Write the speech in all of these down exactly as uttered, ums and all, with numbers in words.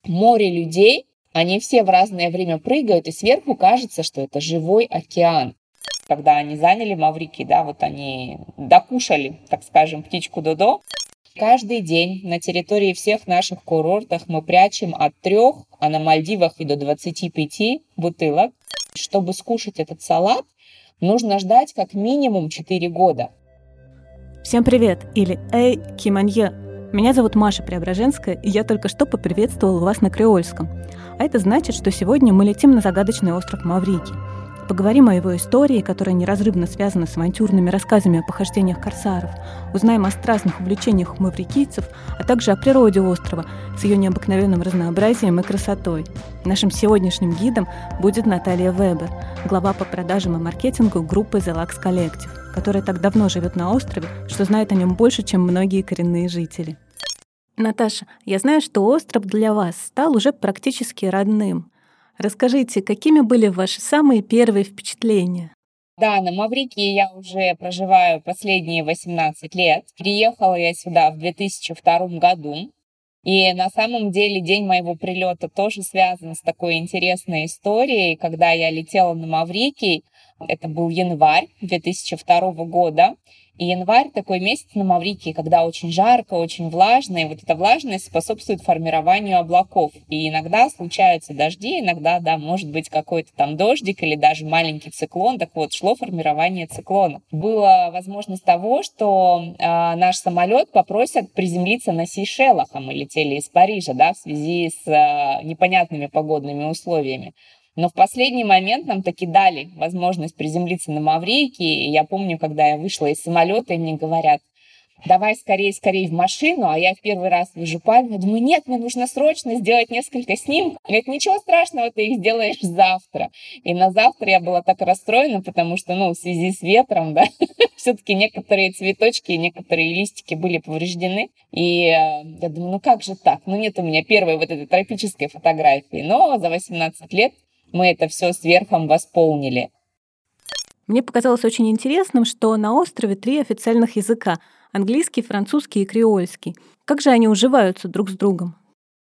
море людей, они все в разное время прыгают, и сверху кажется, что это живой океан. Когда они заняли Маврикий, да, вот они докушали, так скажем, птичку Додо. Каждый день на территории всех наших курортов мы прячем от трех, а на Мальдивах и до двадцати пяти бутылок. Чтобы скушать этот салат, нужно ждать как минимум четыре года. Всем привет, или «Эй, киманье». Меня зовут Маша Преображенская, и я только что поприветствовала вас на креольском. А это значит, что сегодня мы летим на загадочный остров Маврикий. Поговорим о его истории, которая неразрывно связана с авантюрными рассказами о похождениях корсаров. Узнаем о страстных увлечениях маврикийцев, а также о природе острова с ее необыкновенным разнообразием и красотой. Нашим сегодняшним гидом будет Наталья Вебер, глава по продажам и маркетингу группы The Lux Collective, которая так давно живет на острове, что знает о нем больше, чем многие коренные жители. Наташа, я знаю, что остров для вас стал уже практически родным. Расскажите, какими были ваши самые первые впечатления? Да, на Маврикии я уже проживаю последние восемнадцать лет. Приехала я сюда в две тысячи втором году. И на самом деле день моего прилета тоже связан с такой интересной историей. Когда я летела на Маврикий, это был январь две тысячи второго года. И январь такой месяц на Маврикии, когда очень жарко, очень влажно, и вот эта влажность способствует формированию облаков. И иногда случаются дожди, иногда, да, может быть какой-то там дождик или даже маленький циклон. Так вот, шло формирование циклона. Была возможность того, что э, наш самолет попросят приземлиться на Сейшелах, а мы летели из Парижа, да, в связи с э, непонятными погодными условиями. Но в последний момент нам таки дали возможность приземлиться на Маврикии. И я помню, когда я вышла из самолета, и мне говорят: давай скорее, скорее в машину. А я в первый раз вижу пальму. Я думаю, нет, мне нужно срочно сделать несколько снимков. Говорят, ничего страшного, ты их сделаешь завтра. И на завтра я была так расстроена, потому что, ну, в связи с ветром, да, все-таки некоторые цветочки и некоторые листики были повреждены. И я думаю, ну как же так? Ну нет у меня первой вот этой тропической фотографии. Но за восемнадцать лет мы это все с верхом восполнили. Мне показалось очень интересным, что на острове три официальных языка – английский, французский и креольский. Как же они уживаются друг с другом?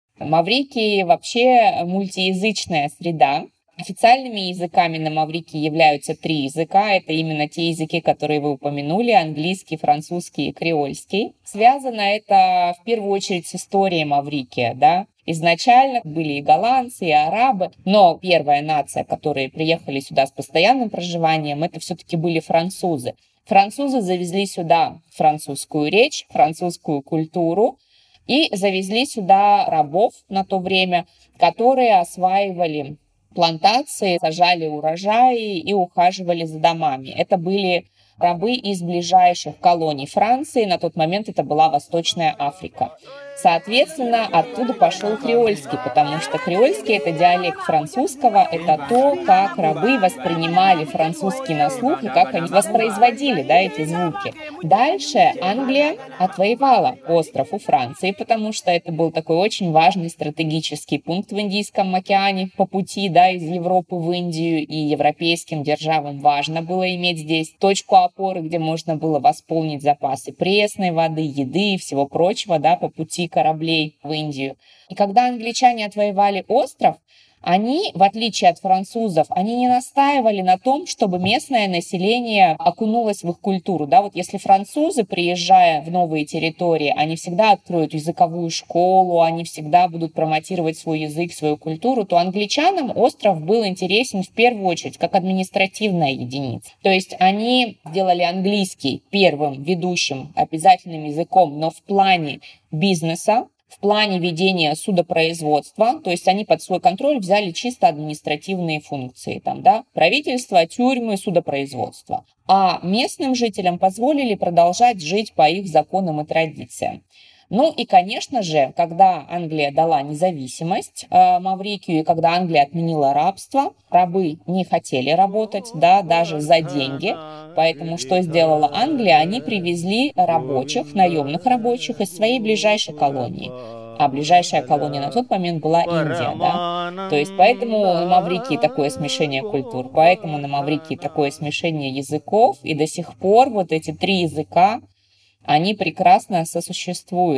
Маврикий вообще мультиязычная среда. Официальными языками на Маврикии являются три языка. Это именно те языки, которые вы упомянули: английский, французский и креольский. Связано это в первую очередь с историей Маврикия, да. Изначально были и голландцы, и арабы, но первая нация, которые приехали сюда с постоянным проживанием, это все-таки были французы. Французы завезли сюда французскую речь, французскую культуру и завезли сюда рабов на то время, которые осваивали плантации, сажали урожаи и ухаживали за домами. Это были рабы из ближайших колоний Франции. На тот момент это была Восточная Африка. Соответственно, оттуда пошел креольский, потому что креольский – это диалект французского, это то, как рабы воспринимали французский на слух и как они воспроизводили, да, эти звуки. Дальше Англия отвоевала остров у Франции, потому что это был такой очень важный стратегический пункт в Индийском океане по пути, да, из Европы в Индию, и европейским державам важно было иметь здесь точку опоры, где можно было восполнить запасы пресной воды, еды и всего прочего, да, по пути кораблей в Индию. И когда англичане отвоевали остров, они, в отличие от французов, они не настаивали на том, чтобы местное население окунулось в их культуру. Да, вот если французы, приезжая в новые территории, они всегда откроют языковую школу, они всегда будут промотировать свой язык, свою культуру, то англичанам остров был интересен в первую очередь как административная единица. То есть они сделали английский первым ведущим обязательным языком, но в плане бизнеса, в плане ведения судопроизводства, то есть они под свой контроль взяли чисто административные функции, там, да, правительство, тюрьмы, судопроизводство. А местным жителям позволили продолжать жить по их законам и традициям. Ну и, конечно же, когда Англия дала независимость э, Маврикию, и когда Англия отменила рабство, рабы не хотели работать, да, даже за деньги. Поэтому что сделала Англия? Они привезли рабочих, наемных рабочих из своей ближайшей колонии. А ближайшая колония на тот момент была Индия, да. То есть поэтому на Маврикии такое смешение культур, поэтому на Маврикии такое смешение языков, и до сих пор вот эти три языка, они прекрасно сосуществуют.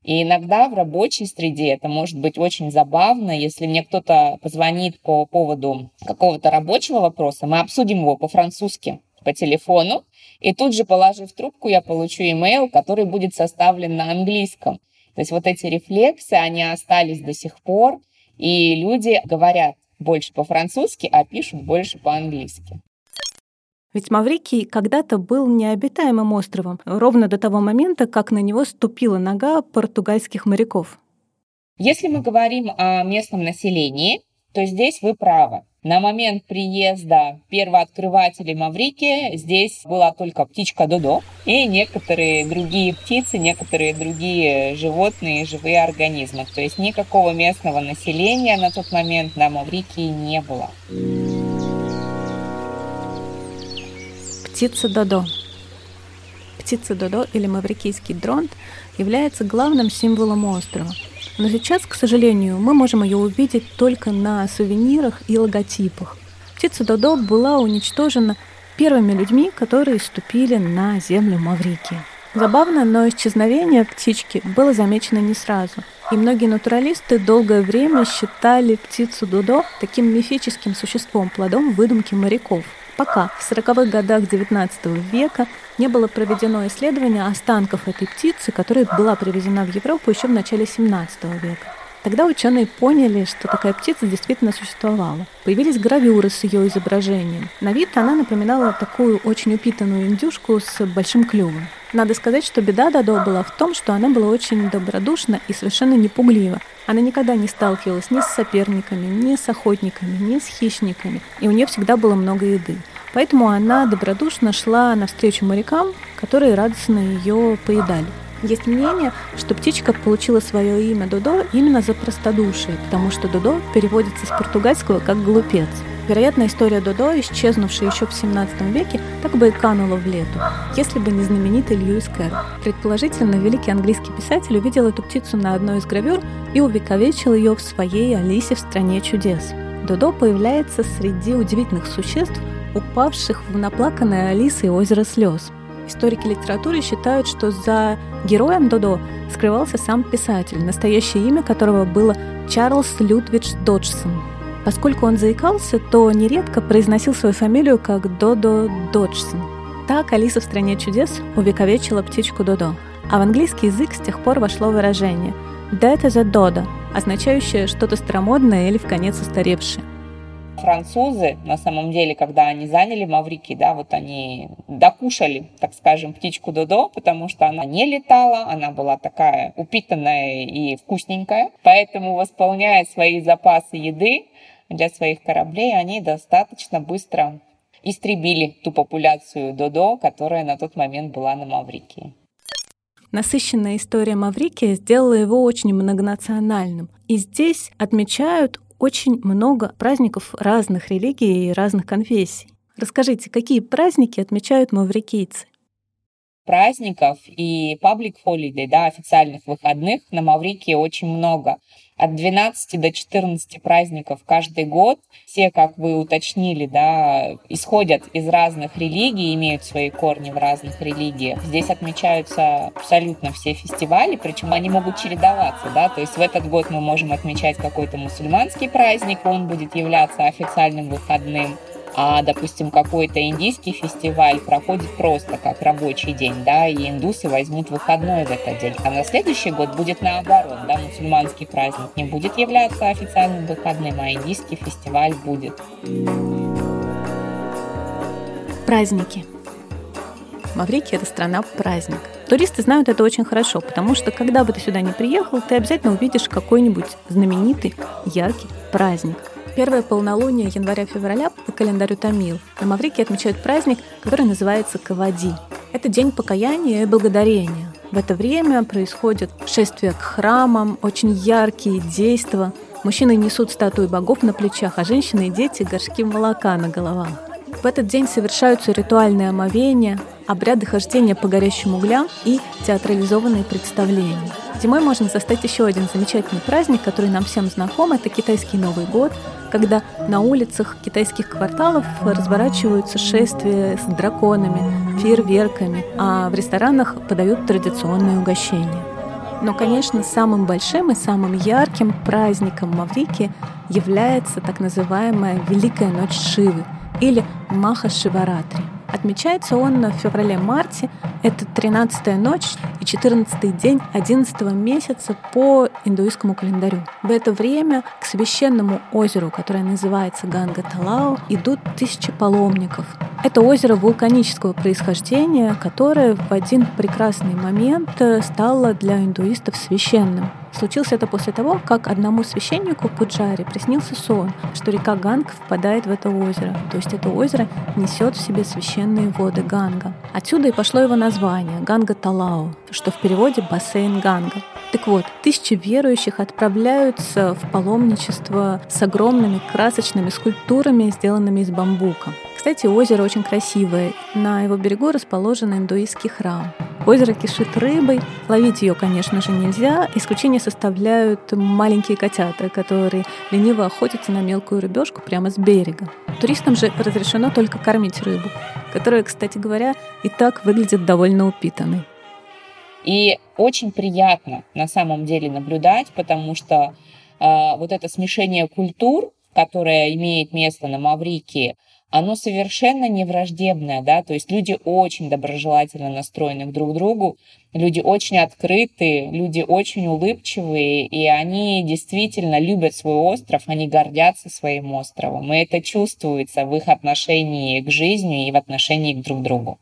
И иногда в рабочей среде это может быть очень забавно, если мне кто-то позвонит по поводу какого-то рабочего вопроса, мы обсудим его по-французски по телефону, и тут же, положив трубку, я получу имейл, который будет составлен на английском. То есть вот эти рефлексы, они остались до сих пор, и люди говорят больше по-французски, а пишут больше по-английски. Ведь Маврикий когда-то был необитаемым островом, ровно до того момента, как на него ступила нога португальских моряков. Если мы говорим о местном населении, то здесь вы правы. На момент приезда первооткрывателей Маврикия здесь была только птичка Додо и некоторые другие птицы, некоторые другие животные, живые организмы. То есть никакого местного населения на тот момент на Маврикии не было. Птица Додо. Птица Додо или маврикийский дронт является главным символом острова. Но сейчас, к сожалению, мы можем ее увидеть только на сувенирах и логотипах. Птица Додо была уничтожена первыми людьми, которые ступили на землю Маврикии. Забавно, но исчезновение птички было замечено не сразу. И многие натуралисты долгое время считали птицу Додо таким мифическим существом, плодом выдумки моряков. Пока в сороковых годах девятнадцатого века не было проведено исследование останков этой птицы, которая была привезена в Европу еще в начале семнадцатого века. Тогда ученые поняли, что такая птица действительно существовала. Появились гравюры с ее изображением. На вид она напоминала такую очень упитанную индюшку с большим клювом. Надо сказать, что беда Додо была в том, что она была очень добродушна и совершенно непуглива. Она никогда не сталкивалась ни с соперниками, ни с охотниками, ни с хищниками, и у нее всегда было много еды. Поэтому она добродушно шла навстречу морякам, которые радостно ее поедали. Есть мнение, что птичка получила свое имя Додо именно за простодушие, потому что Додо переводится с португальского как «глупец». Вероятно, история Додо, исчезнувшая еще в семнадцатом веке, так бы и канула в лету, если бы не знаменитый Льюис Кэрролл. Предположительно, великий английский писатель увидел эту птицу на одной из гравюр и увековечил ее в своей «Алисе в стране чудес». Додо появляется среди удивительных существ, упавших в наплаканное Алисой озеро слез. Историки литературы считают, что за героем Додо скрывался сам писатель, настоящее имя которого было Чарльз Людвидж Доджсон. Поскольку он заикался, то нередко произносил свою фамилию как Додо Доджсон. Так «Алиса в стране чудес» увековечила птичку Додо. А в английский язык с тех пор вошло выражение «that is a Dodo», означающее что-то старомодное или вконец устаревшее. Французы, на самом деле, когда они заняли Маврикий, да, вот они докушали, так скажем, птичку Додо, потому что она не летала, она была такая упитанная и вкусненькая, поэтому, восполняя свои запасы еды для своих кораблей, они достаточно быстро истребили ту популяцию Додо, которая на тот момент была на Маврикии. Насыщенная история Маврикия сделала его очень многонациональным. И здесь отмечают очень много праздников разных религий и разных конфессий. Расскажите, какие праздники отмечают маврикийцы? Праздников и public holiday, да, официальных выходных на Маврикии очень много. От двенадцати до четырнадцати праздников каждый год. Все, как вы уточнили, да, исходят из разных религий, имеют свои корни в разных религиях. Здесь отмечаются абсолютно все фестивали, причем они могут чередоваться, да, то есть в этот год мы можем отмечать какой-то мусульманский праздник, он будет являться официальным выходным. А, допустим, какой-то индийский фестиваль проходит просто как рабочий день, да, и индусы возьмут выходной в этот день. А на следующий год будет наоборот, да, мусульманский праздник не будет являться официальным выходным, а индийский фестиваль будет. Праздники. Маврикия — это страна-праздник. Туристы знают это очень хорошо, потому что, когда бы ты сюда не приехал, ты обязательно увидишь какой-нибудь знаменитый, яркий праздник. Первое полнолуние января-февраля по календарю Тамил на Маврикии отмечают праздник, который называется Кавади. Это день покаяния и благодарения. В это время происходит шествие к храмам, очень яркие действия. Мужчины несут статуи богов на плечах, а женщины и дети — горшки молока на головах. В этот день совершаются ритуальные омовения, обряды хождения по горящим углям и театрализованные представления. Зимой можно застать еще один замечательный праздник, который нам всем знаком. Это китайский Новый год, когда на улицах китайских кварталов разворачиваются шествия с драконами, фейерверками, а в ресторанах подают традиционные угощения. Но, конечно, самым большим и самым ярким праздником Маврикии является так называемая Великая ночь Шивы или Маха-Шиваратри. Отмечается он в феврале-марте. Это тринадцатая ночь и четырнадцатый день одиннадцатого месяца по индуистскому календарю. В это время к священному озеру, которое называется Ганга-Талау, идут тысячи паломников. Это озеро вулканического происхождения, которое в один прекрасный момент стало для индуистов священным. Случилось это после того, как одному священнику Пуджари приснился сон, что река Ганг впадает в это озеро. То есть это озеро несет в себе священные воды Ганга. Отсюда и пошло его название – Ганга-Талау, что в переводе «бассейн Ганга». Так вот, тысячи верующих отправляются в паломничество с огромными красочными скульптурами, сделанными из бамбука. Кстати, озеро очень красивое. На его берегу расположен индуистский храм. Озеро кишит рыбой. Ловить ее, конечно же, нельзя. Исключение составляют маленькие котята, которые лениво охотятся на мелкую рыбешку прямо с берега. Туристам же разрешено только кормить рыбу, которая, кстати говоря, и так выглядит довольно упитанной. И очень приятно на самом деле наблюдать, потому что э, вот это смешение культур, которое имеет место на Маврикии, оно совершенно не враждебное, да, то есть люди очень доброжелательно настроены друг к другу, люди очень открытые, люди очень улыбчивые, и они действительно любят свой остров, они гордятся своим островом, и это чувствуется в их отношении к жизни и в отношении друг к другу.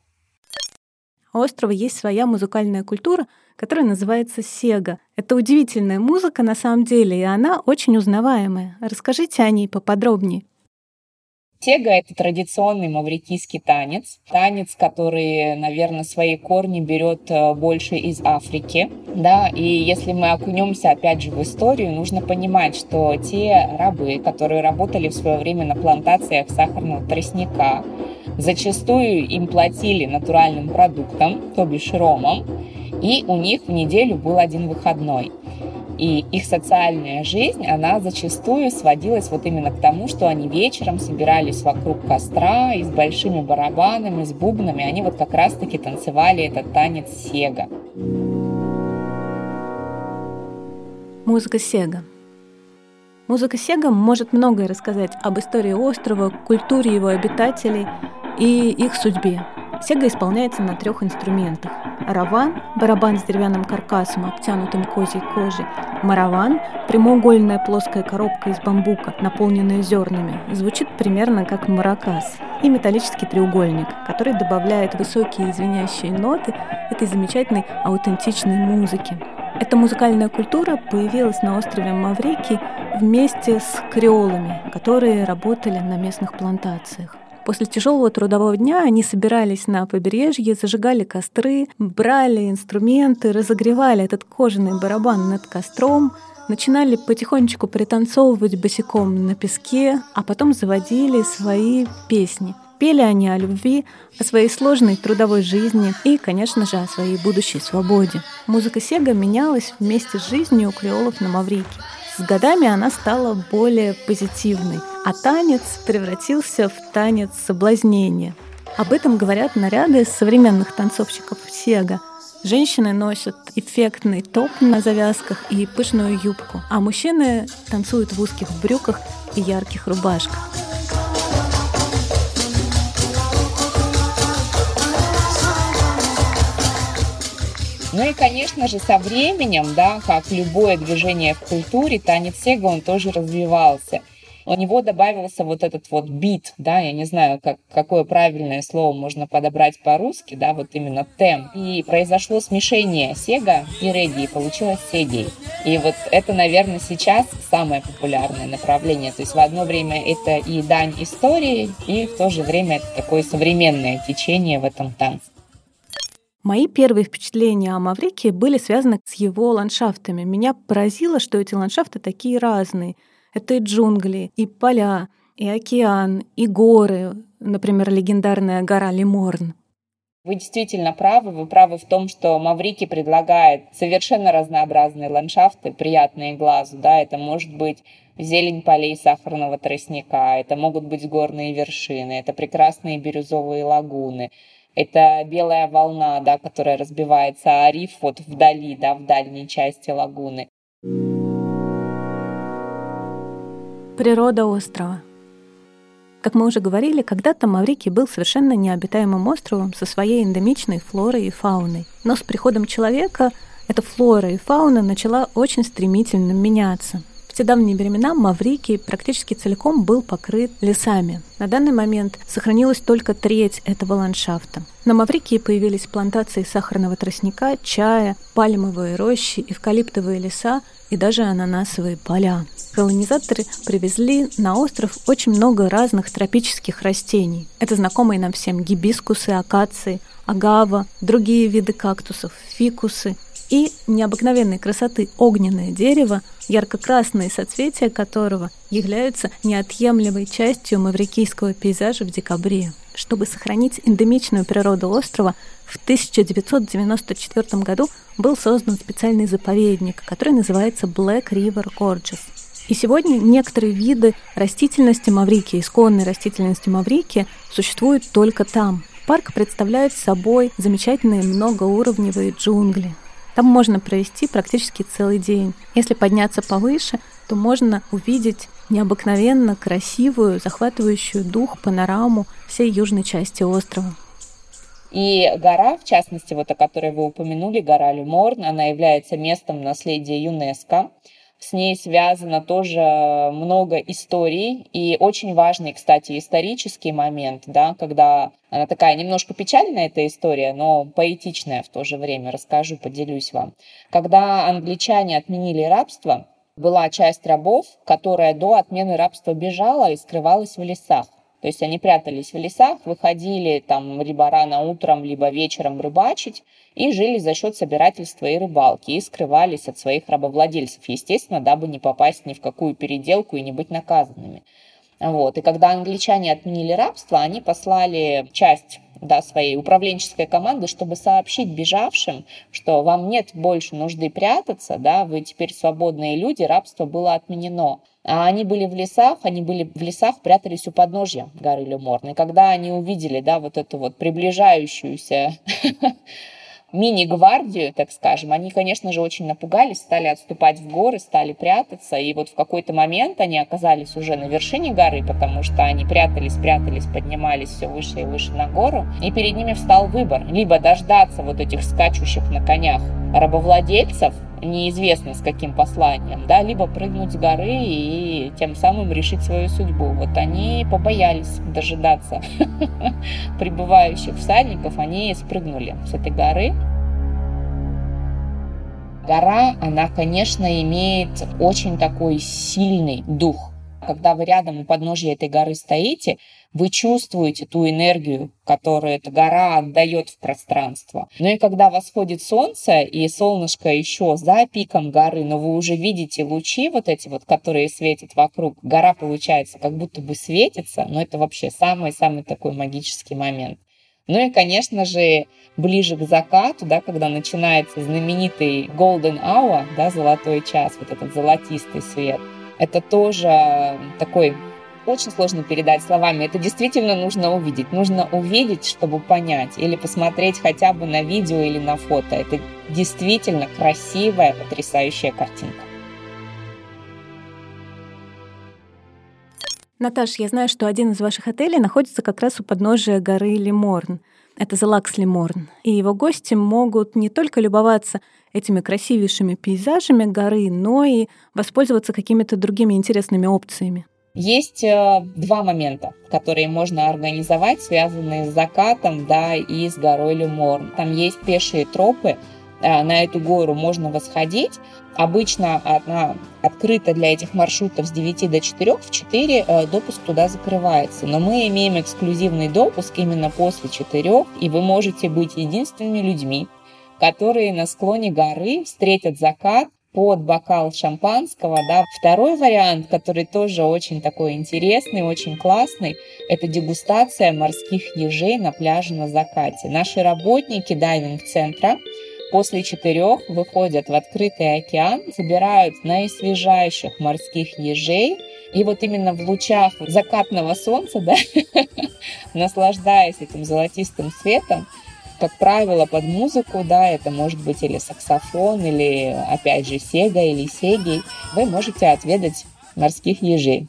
У острова есть своя музыкальная культура, которая называется сега. Это удивительная музыка на самом деле, и она очень узнаваемая. Расскажите о ней поподробнее. Сега — это традиционный маврикийский танец. Танец, который, наверное, свои корни берет больше из Африки. Да, и если мы окунемся опять же в историю, нужно понимать, что те рабы, которые работали в свое время на плантациях сахарного тростника, зачастую им платили натуральным продуктом, то бишь ромом, и у них в неделю был один выходной. И их социальная жизнь, она зачастую сводилась вот именно к тому, что они вечером собирались вокруг костра и с большими барабанами, с бубнами, они вот как раз-таки танцевали этот танец сега. Музыка сега. Музыка сега может многое рассказать об истории острова, культуре его обитателей и их судьбе. Сега исполняется на трех инструментах. Раван – барабан с деревянным каркасом, обтянутым козьей кожей. Мараван – прямоугольная плоская коробка из бамбука, наполненная зернами. Звучит примерно как маракас. И металлический треугольник, который добавляет высокие звенящие ноты этой замечательной аутентичной музыки. Эта музыкальная культура появилась на острове Маврикий вместе с креолами, которые работали на местных плантациях. После тяжелого трудового дня они собирались на побережье, зажигали костры, брали инструменты, разогревали этот кожаный барабан над костром, начинали потихонечку пританцовывать босиком на песке, а потом заводили свои песни. Пели они о любви, о своей сложной трудовой жизни и, конечно же, о своей будущей свободе. Музыка сега менялась вместе с жизнью у креолов на Маврикии. С годами она стала более позитивной, а танец превратился в танец соблазнения. Об этом говорят наряды современных танцовщиков сега. Женщины носят эффектный топ на завязках и пышную юбку, а мужчины танцуют в узких брюках и ярких рубашках. Ну и, конечно же, со временем, да, как любое движение в культуре, танец сега, он тоже развивался. У него добавился вот этот вот бит, да, я не знаю, как, какое правильное слово можно подобрать по-русски, да, вот именно темп. И произошло смешение сега и регги, и получилось сегей. И вот это, наверное, сейчас самое популярное направление. То есть в одно время это и дань истории, и в то же время это такое современное течение в этом танце. Мои первые впечатления о Маврикии были связаны с его ландшафтами. Меня поразило, что эти ландшафты такие разные. Это и джунгли, и поля, и океан, и горы, например, легендарная гора Лиморн. Вы действительно правы. Вы правы в том, что Маврикий предлагает совершенно разнообразные ландшафты, приятные глазу. Да, это может быть зелень полей сахарного тростника, это могут быть горные вершины, это прекрасные бирюзовые лагуны. Это белая волна, да, которая разбивается о риф вот вдали, да, в дальней части лагуны. Природа острова. Как мы уже говорили, когда-то Маврикий был совершенно необитаемым островом со своей эндемичной флорой и фауной. Но с приходом человека эта флора и фауна начала очень стремительно меняться. В те давние времена Маврикий практически целиком был покрыт лесами. На данный момент сохранилась только треть этого ландшафта. На Маврикии появились плантации сахарного тростника, чая, пальмовые рощи, эвкалиптовые леса и даже ананасовые поля. Колонизаторы привезли на остров очень много разных тропических растений. Это знакомые нам всем гибискусы, акации, агава, другие виды кактусов, фикусы и необыкновенной красоты огненное дерево, ярко-красные соцветия которого являются неотъемлемой частью маврикийского пейзажа в декабре. Чтобы сохранить эндемичную природу острова, в тысяча девятьсот девяносто четвёртом году был создан специальный заповедник, который называется Black River Gorges. И сегодня некоторые виды растительности Маврикии, исконной растительности Маврикии, существуют только там. Парк представляет собой замечательные многоуровневые джунгли. Там можно провести практически целый день. Если подняться повыше, то можно увидеть необыкновенно красивую, захватывающую дух панораму всей южной части острова. И гора, в частности, вот о которой вы упомянули, гора Люморн, она является местом наследия ЮНЕСКО. С ней связано тоже много историй и очень важный, кстати, исторический момент, да, когда она такая немножко печальная, эта история, но поэтичная в то же время, расскажу, поделюсь вам. Когда англичане отменили рабство, была часть рабов, которая до отмены рабства бежала и скрывалась в лесах. То есть они прятались в лесах, выходили там либо рано утром, либо вечером рыбачить и жили за счет собирательства и рыбалки, и скрывались от своих рабовладельцев, естественно, дабы не попасть ни в какую переделку и не быть наказанными. Вот. И когда англичане отменили рабство, они послали часть да, своей управленческой команды, чтобы сообщить бежавшим, что вам нет больше нужды прятаться, да, вы теперь свободные люди, рабство было отменено. А они были в лесах, они были в лесах, прятались у подножья горы Люморн. И когда они увидели, да, вот эту вот приближающуюся мини-гвардию, так скажем, они, конечно же, очень напугались, стали отступать в горы, стали прятаться, и вот в какой-то момент они оказались уже на вершине горы, потому что они прятались, прятались, поднимались все выше и выше на гору, и перед ними встал выбор: либо дождаться вот этих скачущих на конях рабовладельцев, неизвестно с каким посланием, да, либо прыгнуть с горы и тем самым решить свою судьбу. Вот они побоялись дожидаться прибывающих всадников, они спрыгнули с этой горы. Гора, она, конечно, имеет очень такой сильный дух. Когда вы рядом у подножья этой горы стоите, вы чувствуете ту энергию, которую эта гора отдает в пространство. Ну и когда восходит солнце, и солнышко еще за пиком горы, но вы уже видите лучи вот эти вот, которые светят вокруг, гора, получается, как будто бы светится, но это вообще самый-самый такой магический момент. Ну и, конечно же, ближе к закату, да, когда начинается знаменитый golden hour, да, золотой час, вот этот золотистый свет, это тоже такой, очень сложно передать словами, это действительно нужно увидеть. Нужно увидеть, чтобы понять, или посмотреть хотя бы на видео или на фото. Это действительно красивая, потрясающая картинка. Наташ, я знаю, что один из ваших отелей находится как раз у подножия горы Лиморн. Это The Lux Limorn. И его гости могут не только любоваться этими красивейшими пейзажами горы, но и воспользоваться какими-то другими интересными опциями. Есть э, два момента, которые можно организовать, связанные с закатом, да, и с горой Люморн. Там есть пешие тропы, э, на эту гору можно восходить. Обычно она открыта для этих маршрутов с девяти до четырёх, в четыре э, допуск туда закрывается. Но мы имеем эксклюзивный допуск именно после четырёх, и вы можете быть единственными людьми, которые на склоне горы встретят закат под бокал шампанского, да. Второй вариант, который тоже очень такой интересный, очень классный, это дегустация морских ежей на пляже на закате. Наши работники дайвинг-центра после четырех выходят в открытый океан, собирают наисвежайших морских ежей, И вот именно в лучах закатного солнца, да, наслаждаясь этим золотистым светом, как правило, под музыку, да, это может быть или саксофон, или, опять же, сега или сегей, вы можете отведать морских ежей.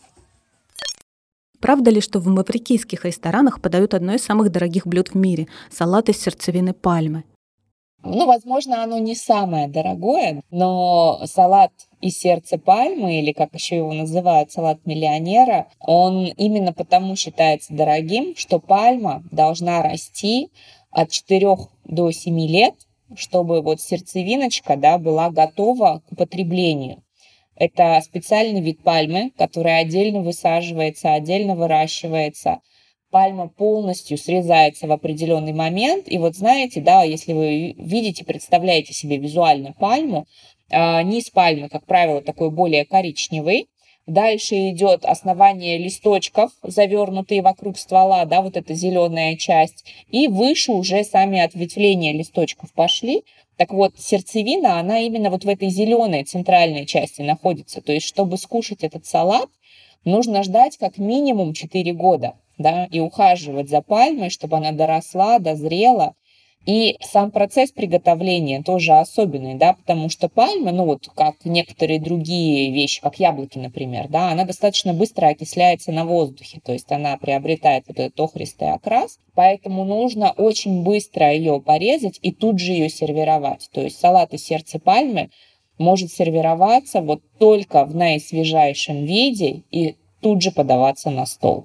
Правда ли, что в маврикийских ресторанах подают одно из самых дорогих блюд в мире – салат из сердцевины пальмы? Ну, возможно, оно не самое дорогое, но салат из сердца пальмы, или как еще его называют, салат миллионера, он именно потому считается дорогим, что пальма должна расти от четырёх до семи лет, чтобы вот сердцевиночка, да, была готова к употреблению. Это специальный вид пальмы, который отдельно высаживается, отдельно выращивается. Пальма полностью срезается в определенный момент. И вот знаете, да, если вы видите, представляете себе визуально пальму, низ пальмы, как правило, такой более коричневый. Дальше идет основание листочков, завернутые вокруг ствола, да, вот эта зеленая часть. И выше уже сами ответвления листочков пошли. Так вот, сердцевина, она именно вот в этой зеленой центральной части находится. То есть, чтобы скушать этот салат, нужно ждать как минимум четыре года, да, и ухаживать за пальмой, чтобы она доросла, дозрела. И сам процесс приготовления тоже особенный, да, потому что пальма, ну вот как некоторые другие вещи, как яблоки, например, да, она достаточно быстро окисляется на воздухе, то есть она приобретает вот этот охристый окрас, поэтому нужно очень быстро ее порезать и тут же ее сервировать. То есть салат из сердца пальмы может сервироваться вот только в наисвежайшем виде и тут же подаваться на стол.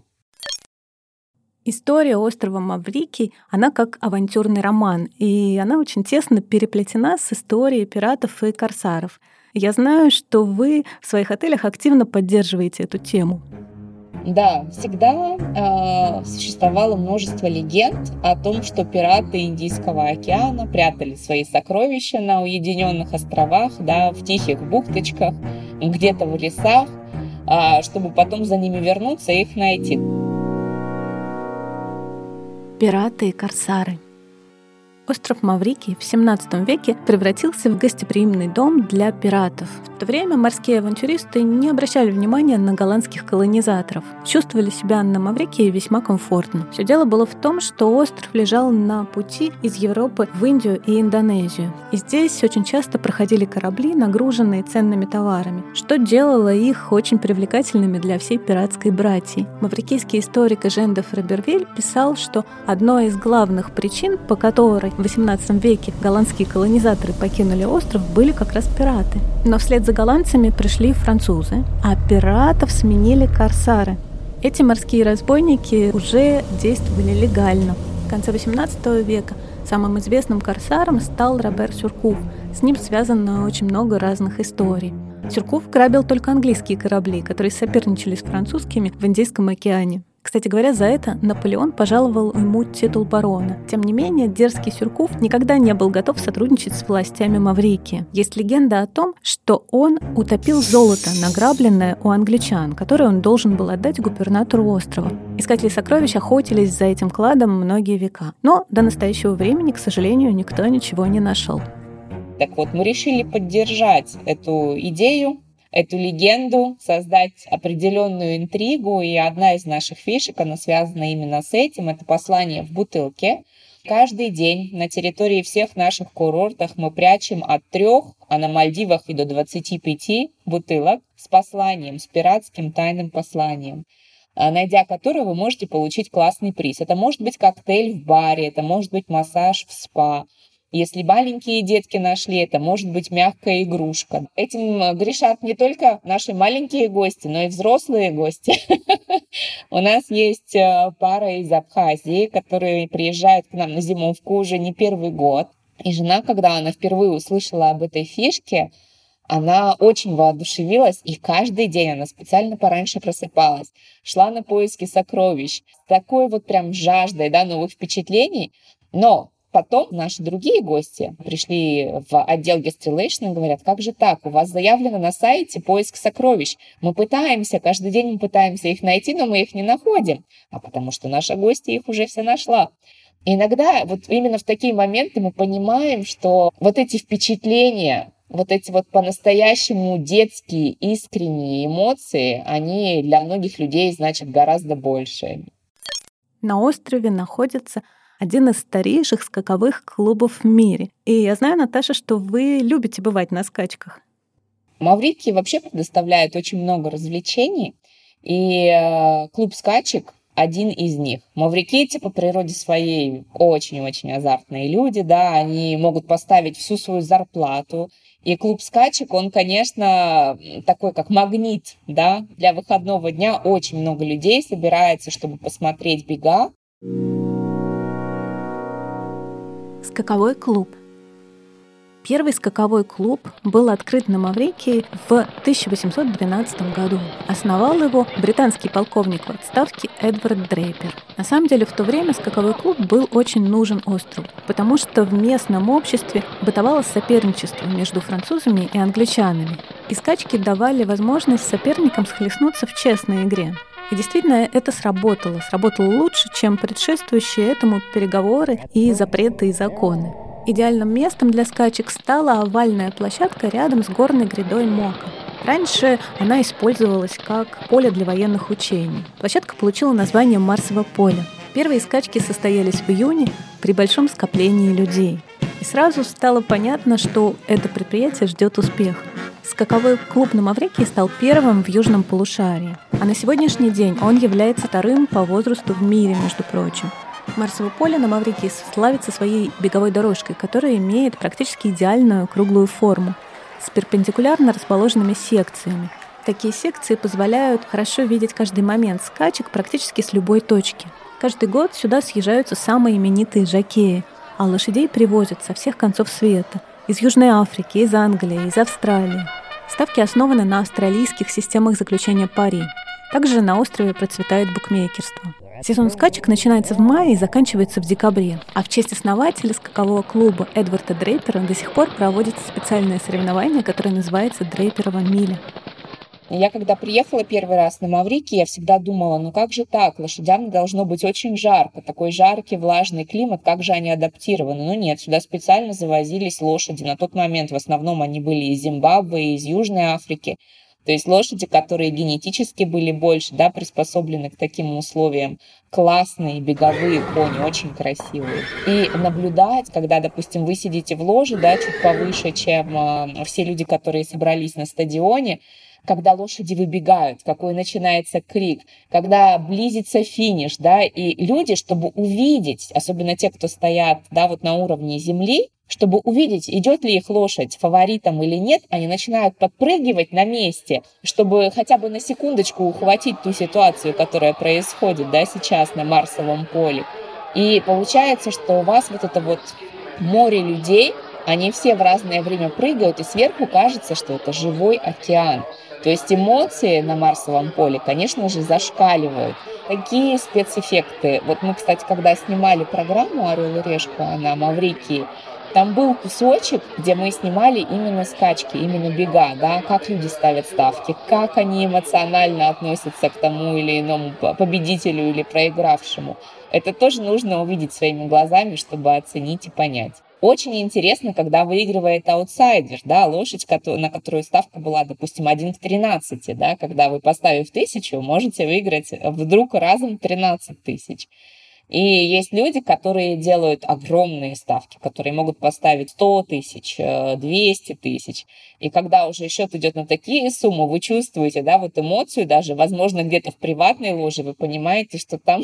История острова Маврикий, она как авантюрный роман, и она очень тесно переплетена с историей пиратов и корсаров. Я знаю, что вы в своих отелях активно поддерживаете эту тему. Да, всегда э, существовало множество легенд о том, что пираты Индийского океана прятали свои сокровища на уединенных островах, да, в тихих бухточках, где-то в лесах, э, чтобы потом за ними вернуться и их найти. Пираты и корсары. Остров Маврикий в семнадцатом веке превратился в гостеприимный дом для пиратов. В то время морские авантюристы не обращали внимания на голландских колонизаторов. Чувствовали себя на Маврикии весьма комфортно. Все дело было в том, что остров лежал на пути из Европы в Индию и Индонезию. И здесь очень часто проходили корабли, нагруженные ценными товарами, что делало их очень привлекательными для всей пиратской братьи. Маврикийский историк Эжен де Фребервиль писал, что одной из главных причин, по которой в восемнадцатом веке голландские колонизаторы покинули остров, были как раз пираты. Но вслед за голландцами пришли французы, а пиратов сменили корсары. Эти морские разбойники уже действовали легально. В конце восемнадцатого века самым известным корсаром стал Робер Сюркуф. С ним связано очень много разных историй. Сюркуф грабил только английские корабли, которые соперничали с французскими в Индийском океане. Кстати говоря, за это Наполеон пожаловал ему титул барона. Тем не менее, дерзкий Сюркуф никогда не был готов сотрудничать с властями Маврикии. Есть легенда о том, что он утопил золото, награбленное у англичан, которое он должен был отдать губернатору острова. Искатели сокровищ охотились за этим кладом многие века. Но до настоящего времени, к сожалению, никто ничего не нашел. Так вот, мы решили поддержать эту идею, эту легенду, создать определенную интригу, и одна из наших фишек, она связана именно с этим, это послание в бутылке. Каждый день на территории всех наших курортов мы прячем от трех, а на Мальдивах и до двадцати пяти бутылок с посланием, с пиратским тайным посланием, найдя которое вы можете получить классный приз. Это может быть коктейль в баре, это может быть массаж в спа. Если маленькие детки нашли, это может быть мягкая игрушка. Этим грешат не только наши маленькие гости, но и взрослые гости. У нас есть пара из Абхазии, которые приезжают к нам на зимовку уже не первый год. И жена, когда она впервые услышала об этой фишке, она очень воодушевилась, и каждый день она специально пораньше просыпалась, шла на поиски сокровищ, с такой вот прям жаждой, да, новых впечатлений. Но потом наши другие гости пришли в отдел Guest-Relation и говорят: как же так, у вас заявлено на сайте поиск сокровищ. Мы пытаемся, каждый день мы пытаемся их найти, но мы их не находим. А потому что наша гостья их уже все нашла. И иногда вот именно в такие моменты мы понимаем, что вот эти впечатления вот эти вот по-настоящему детские, искренние эмоции, они для многих людей значат гораздо больше. На острове находится один из старейших скаковых клубов в мире. И я знаю, Наташа, что вы любите бывать на скачках. Маврикий вообще предоставляет очень много развлечений, и э, клуб скачек один из них. Маврикийцы по природе своей очень-очень азартные люди, да, они могут поставить всю свою зарплату. И клуб скачек, он, конечно, такой как магнит, да, для выходного дня очень много людей собирается, чтобы посмотреть бега. Скаковой клуб. Первый скаковой клуб был открыт на Маврикии в тысяча восемьсот двенадцатом году. Основал его британский полковник в отставке Эдвард Дрейпер. На самом деле в то время скаковой клуб был очень нужен острову, потому что в местном обществе бытовало соперничество между французами и англичанами. И скачки давали возможность соперникам схлестнуться в честной игре. И действительно это сработало. Сработало лучше, чем предшествующие этому переговоры и запреты и законы. Идеальным местом для скачек стала овальная площадка рядом с горной грядой Мока. Раньше она использовалась как поле для военных учений. Площадка получила название Марсово поле. Первые скачки состоялись в июне при большом скоплении людей. И сразу стало понятно, что это предприятие ждет успеха. Скаковой клуб на Маврикии стал первым в южном полушарии. А на сегодняшний день он является вторым по возрасту в мире, между прочим. Марсово поле на Маврикии славится своей беговой дорожкой, которая имеет практически идеальную круглую форму с перпендикулярно расположенными секциями. Такие секции позволяют хорошо видеть каждый момент скачек практически с любой точки. Каждый год сюда съезжаются самые именитые жокеи, а лошадей привозят со всех концов света – из Южной Африки, из Англии, из Австралии. Ставки основаны на австралийских системах заключения пари. Также на острове процветает букмекерство. Сезон скачек начинается в мае и заканчивается в декабре. А в честь основателя скакового клуба Эдварда Дрейпера до сих пор проводится специальное соревнование, которое называется «Дрейперова миля». Я когда приехала первый раз на Маврикий, я всегда думала, ну как же так, лошадям должно быть очень жарко, такой жаркий, влажный климат, как же они адаптированы? Ну нет, сюда специально завозились лошади. На тот момент в основном они были из Зимбабве, из Южной Африки. То есть лошади, которые генетически были больше, да, приспособлены к таким условиям. Классные беговые кони, очень красивые. И наблюдать, когда, допустим, вы сидите в ложе, да, чуть повыше, чем э, все люди, которые собрались на стадионе, когда лошади выбегают, какой начинается крик, когда близится финиш, да, и люди, чтобы увидеть, особенно те, кто стоят, да, вот на уровне земли, чтобы увидеть, идет ли их лошадь фаворитом или нет, они начинают подпрыгивать на месте, чтобы хотя бы на секундочку ухватить ту ситуацию, которая происходит, да, сейчас на Марсовом поле. И получается, что у вас вот это вот море людей, они все в разное время прыгают, и сверху кажется, что это живой океан. То есть эмоции на Марсовом поле, конечно же, зашкаливают. Такие спецэффекты. Вот мы, кстати, когда снимали программу «Орел и решка» на Маврикии, там был кусочек, где мы снимали именно скачки, именно бега, да, как люди ставят ставки, как они эмоционально относятся к тому или иному победителю или проигравшему. Это тоже нужно увидеть своими глазами, чтобы оценить и понять. Очень интересно, когда выигрывает аутсайдер, да, лошадь, на которую ставка была, допустим, один к тринадцати, да, когда вы, поставив тысячу, можете выиграть вдруг разом тринадцать тысяч. И есть люди, которые делают огромные ставки, которые могут поставить сто тысяч, двести тысяч. И когда уже счет идет на такие суммы, вы чувствуете, да, вот эмоцию даже, возможно, где-то в приватной ложе, вы понимаете, что там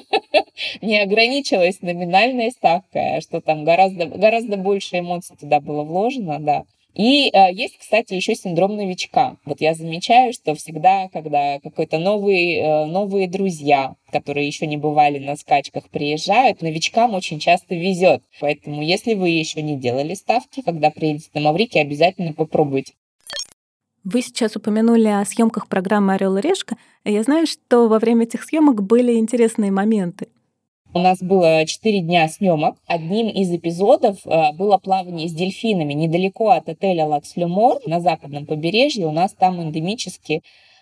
не ограничилась номинальная ставка, а что там гораздо, гораздо больше эмоций туда было вложено, да. И э, есть, кстати, еще синдром новичка. Вот я замечаю, что всегда, когда какой-то новый, э, новые друзья, которые еще не бывали на скачках, приезжают, новичкам очень часто везет. Поэтому, если вы еще не делали ставки, когда приедете на Маврикий, обязательно попробуйте. Вы сейчас упомянули о съемках программы «Орел и решка». Я знаю, что во время этих съемок были интересные моменты. У нас было четыре дня съемок. Одним из эпизодов было плавание с дельфинами недалеко от отеля «Лакс Флюмор» на западном побережье. У нас там эндемически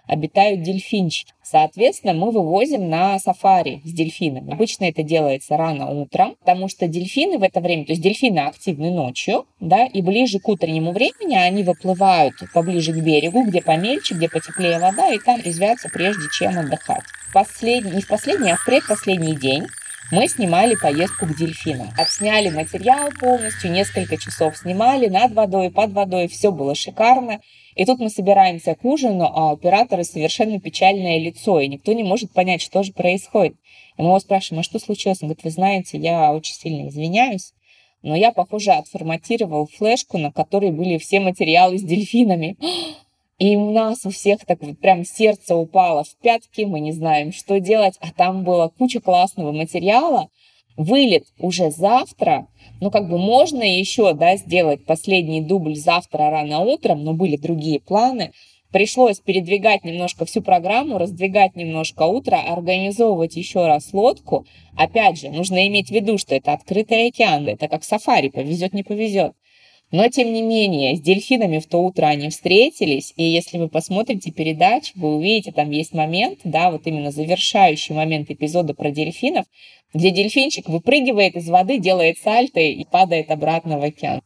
обитают дельфинчики. Соответственно, мы вывозим на сафари с дельфинами. Обычно это делается рано утром, потому что дельфины в это время, то есть дельфины активны ночью, да, и ближе к утреннему времени они выплывают поближе к берегу, где помельче, где потеплее вода, и там резвятся, прежде чем отдыхать. Последний, не в последний, а в предпоследний день мы снимали поездку к дельфинам. Отсняли материал полностью, несколько часов снимали над водой, под водой, все было шикарно. И тут мы собираемся к ужину, а у оператора совершенно печальное лицо, и никто не может понять, что же происходит. И мы его спрашиваем, а что случилось? Он говорит, вы знаете, я очень сильно извиняюсь, но я, похоже, отформатировал флешку, на которой были все материалы с дельфинами. И у нас у всех так вот прям сердце упало в пятки, мы не знаем, что делать, а там была куча классного материала. Вылет уже завтра, ну как бы можно еще, да, сделать последний дубль завтра рано утром, но были другие планы. Пришлось передвигать немножко всю программу, раздвигать немножко утро, организовывать еще раз лодку. Опять же, нужно иметь в виду, что это открытый океан, это как сафари, повезет, не повезет. Но, тем не менее, с дельфинами в то утро они встретились, и если вы посмотрите передачу, вы увидите, там есть момент, да, вот именно завершающий момент эпизода про дельфинов, где дельфинчик выпрыгивает из воды, делает сальто и падает обратно в океан.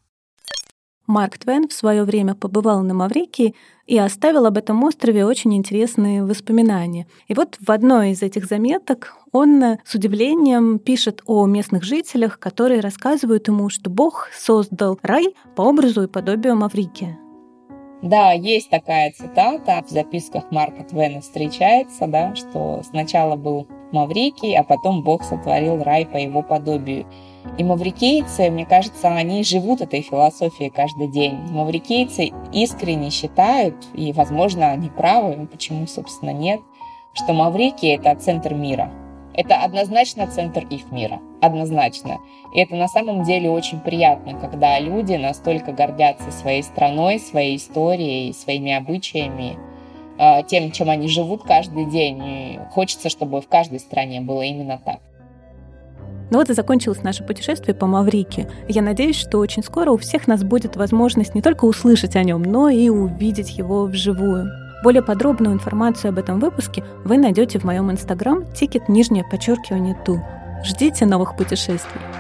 Марк Твен в свое время побывал на Маврикии и оставил об этом острове очень интересные воспоминания. И вот в одной из этих заметок он с удивлением пишет о местных жителях, которые рассказывают ему, что Бог создал рай по образу и подобию Маврикия. Да, есть такая цитата, в записках Марка Твена встречается, да, что сначала был Маврикий, а потом Бог сотворил рай по его подобию. И маврикийцы, мне кажется, они живут этой философией каждый день. Маврикийцы искренне считают, и, возможно, они правы, почему, собственно, нет, что Маврикий – это центр мира. Это однозначно центр их мира. Однозначно. И это на самом деле очень приятно, когда люди настолько гордятся своей страной, своей историей, своими обычаями, тем, чем они живут каждый день. И хочется, чтобы в каждой стране было именно так. Ну вот и закончилось наше путешествие по Маврикию. Я надеюсь, что очень скоро у всех нас будет возможность не только услышать о нем, но и увидеть его вживую. Более подробную информацию об этом выпуске вы найдете в моем инстаграм ticket нижнее подчеркивание ту. Ждите новых путешествий.